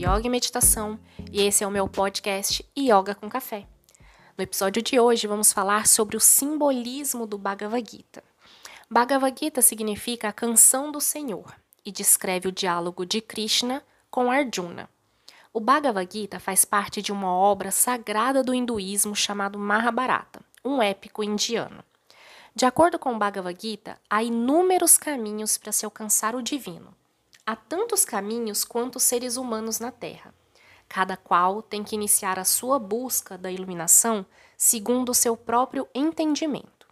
Yoga e Meditação e esse é o meu podcast Yoga com Café. No episódio de hoje vamos falar sobre o simbolismo do Bhagavad Gita. Bhagavad Gita significa a canção do Senhor e descreve o diálogo de Krishna com Arjuna. O Bhagavad Gita faz parte de uma obra sagrada do hinduísmo chamado Mahabharata, um épico indiano. De acordo com o Bhagavad Gita, há inúmeros caminhos para se alcançar o divino. Há tantos caminhos quanto seres humanos na Terra. Cada qual tem que iniciar a sua busca da iluminação segundo o seu próprio entendimento.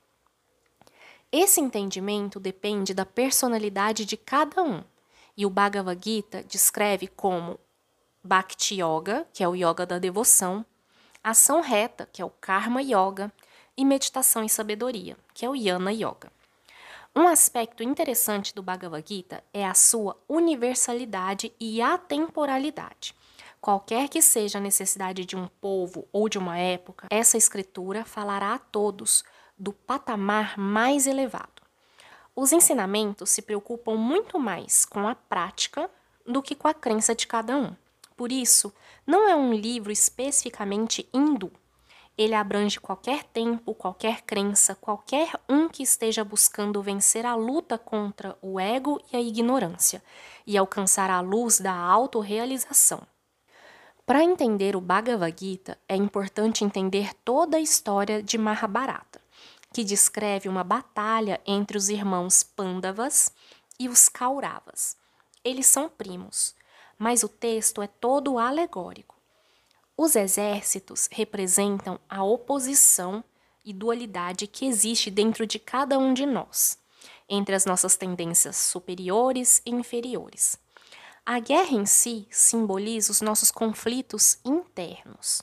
Esse entendimento depende da personalidade de cada um, e o Bhagavad Gita descreve como Bhakti Yoga, que é o yoga da devoção, ação reta, que é o Karma Yoga, e meditação e sabedoria, que é o Jnana Yoga. Um aspecto interessante do Bhagavad Gita é a sua universalidade e atemporalidade. Qualquer que seja a necessidade de um povo ou de uma época, essa escritura falará a todos do patamar mais elevado. Os ensinamentos se preocupam muito mais com a prática do que com a crença de cada um. Por isso, não é um livro especificamente hindu. Ele abrange qualquer tempo, qualquer crença, qualquer um que esteja buscando vencer a luta contra o ego e a ignorância e alcançar a luz da autorrealização. Para entender o Bhagavad Gita, é importante entender toda a história de Mahabharata, que descreve uma batalha entre os irmãos Pandavas e os Kauravas. Eles são primos, mas o texto é todo alegórico. Os exércitos representam a oposição e dualidade que existe dentro de cada um de nós, entre as nossas tendências superiores e inferiores. A guerra em si simboliza os nossos conflitos internos.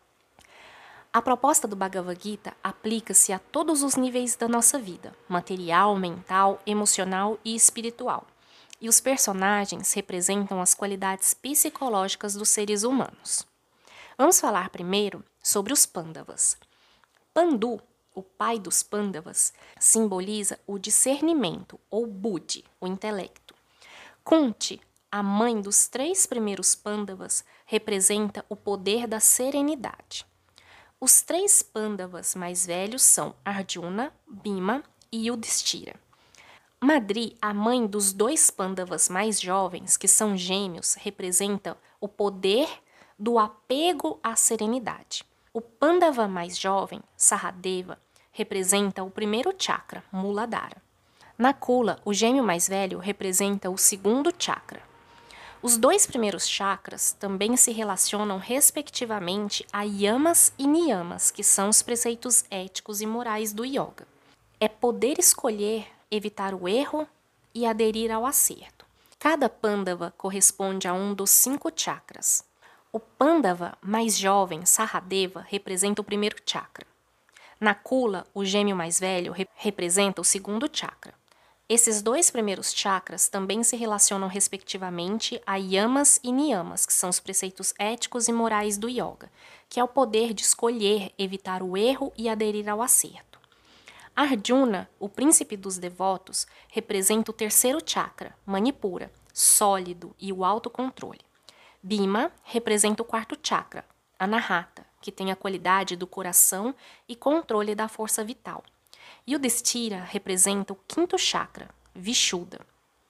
A proposta do Bhagavad Gita aplica-se a todos os níveis da nossa vida, material, mental, emocional e espiritual. E os personagens representam as qualidades psicológicas dos seres humanos. Vamos falar primeiro sobre os Pandavas. Pandu, o pai dos Pandavas, simboliza o discernimento, ou Buddhi, o intelecto. Kunti, a mãe dos 3 primeiros Pandavas, representa o poder da serenidade. Os 3 Pandavas mais velhos são Arjuna, Bhima e Yudhishthira. Madri, a mãe dos 2 Pandavas mais jovens, que são gêmeos, representa o poder do apego à serenidade. O Pandava mais jovem, Sahadeva, representa o primeiro chakra, Muladhara. Nakula, o gêmeo mais velho, representa o segundo chakra. Os 2 primeiros chakras também se relacionam respectivamente a yamas e niyamas, que são os preceitos éticos e morais do yoga. É poder escolher evitar o erro e aderir ao acerto. Cada Pandava corresponde a um dos 5 chakras. O Pandava mais jovem, Sahadeva, representa o primeiro chakra. Nakula, o gêmeo mais velho, representa o segundo chakra. Esses 2 primeiros chakras também se relacionam respectivamente a yamas e niyamas, que são os preceitos éticos e morais do yoga, que é o poder de escolher evitar o erro e aderir ao acerto. Arjuna, o príncipe dos devotos, representa o terceiro chakra, Manipura, sólido e o autocontrole. Bhima representa o 4º chakra, Anahata, que tem a qualidade do coração e controle da força vital. Yudhishthira representa o 5º chakra, Vishuddha.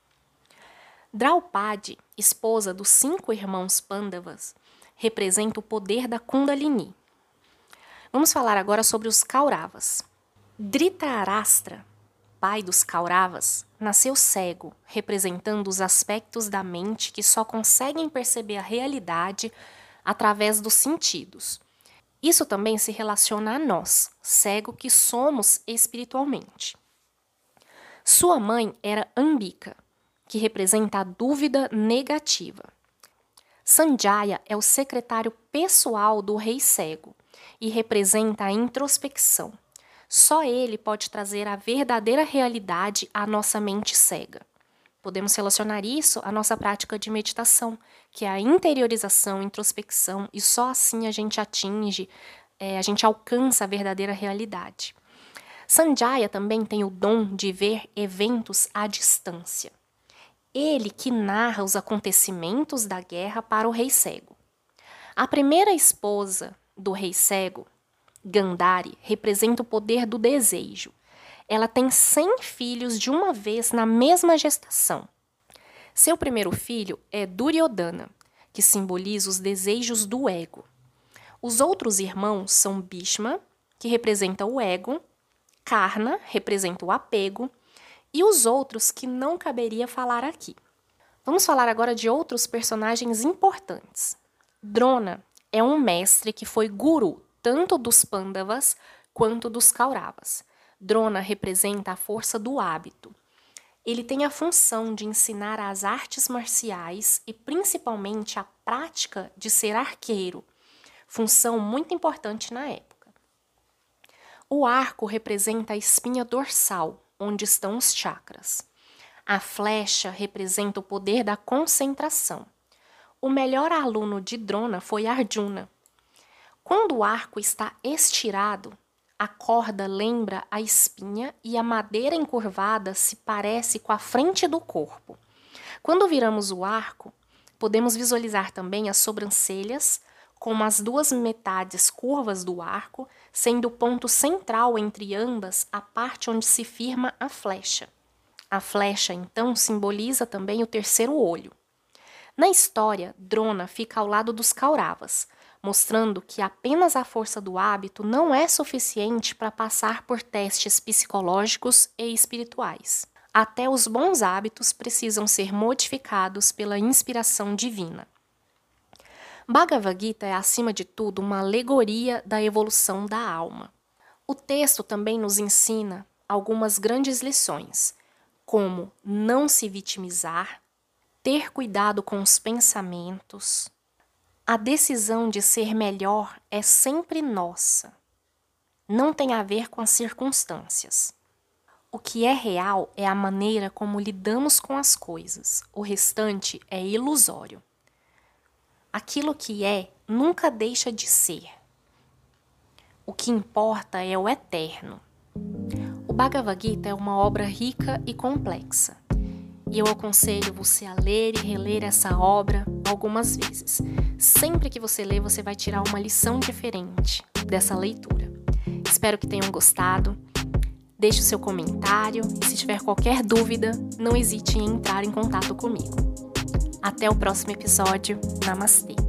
Draupadi, esposa dos 5 irmãos Pandavas, representa o poder da Kundalini. Vamos falar agora sobre os Kauravas. Dhritarashtra, pai dos Kauravas, nasceu cego, representando os aspectos da mente que só conseguem perceber a realidade através dos sentidos. Isso também se relaciona a nós, cego que somos espiritualmente. Sua mãe era Ambika, que representa a dúvida negativa. Sanjaya é o secretário pessoal do rei cego e representa a introspecção. Só ele pode trazer a verdadeira realidade à nossa mente cega. Podemos relacionar isso à nossa prática de meditação, que é a interiorização, introspecção, e só assim a gente alcança a verdadeira realidade. Sanjaya também tem o dom de ver eventos à distância. Ele que narra os acontecimentos da guerra para o rei cego. A primeira esposa do rei cego, Gandhari, representa o poder do desejo. Ela tem 100 filhos de uma vez na mesma gestação. Seu primeiro filho é Duryodhana, que simboliza os desejos do ego. Os outros irmãos são Bhishma, que representa o ego, Karna, representa o apego, e os outros que não caberia falar aqui. Vamos falar agora de outros personagens importantes. Drona é um mestre que foi guru tanto dos Pandavas quanto dos Kauravas. Drona representa a força do hábito. Ele tem a função de ensinar as artes marciais e principalmente a prática de ser arqueiro, função muito importante na época. O arco representa a espinha dorsal, onde estão os chakras. A flecha representa o poder da concentração. O melhor aluno de Drona foi Arjuna. Quando o arco está estirado, a corda lembra a espinha e a madeira encurvada se parece com a frente do corpo. Quando viramos o arco, podemos visualizar também as sobrancelhas, como as duas metades curvas do arco, sendo o ponto central entre ambas a parte onde se firma a flecha. A flecha, então, simboliza também o terceiro olho. Na história, Drona fica ao lado dos Kauravas, mostrando que apenas a força do hábito não é suficiente para passar por testes psicológicos e espirituais. Até os bons hábitos precisam ser modificados pela inspiração divina. Bhagavad Gita é, acima de tudo, uma alegoria da evolução da alma. O texto também nos ensina algumas grandes lições, como não se vitimizar, ter cuidado com os pensamentos. A decisão de ser melhor é sempre nossa. Não tem a ver com as circunstâncias. O que é real é a maneira como lidamos com as coisas. O restante é ilusório. Aquilo que é nunca deixa de ser. O que importa é o eterno. O Bhagavad Gita é uma obra rica e complexa. E eu aconselho você a ler e reler essa obra algumas vezes. Sempre que você lê, você vai tirar uma lição diferente dessa leitura. Espero que tenham gostado. Deixe o seu comentário e se tiver qualquer dúvida, não hesite em entrar em contato comigo. Até o próximo episódio. Namastê!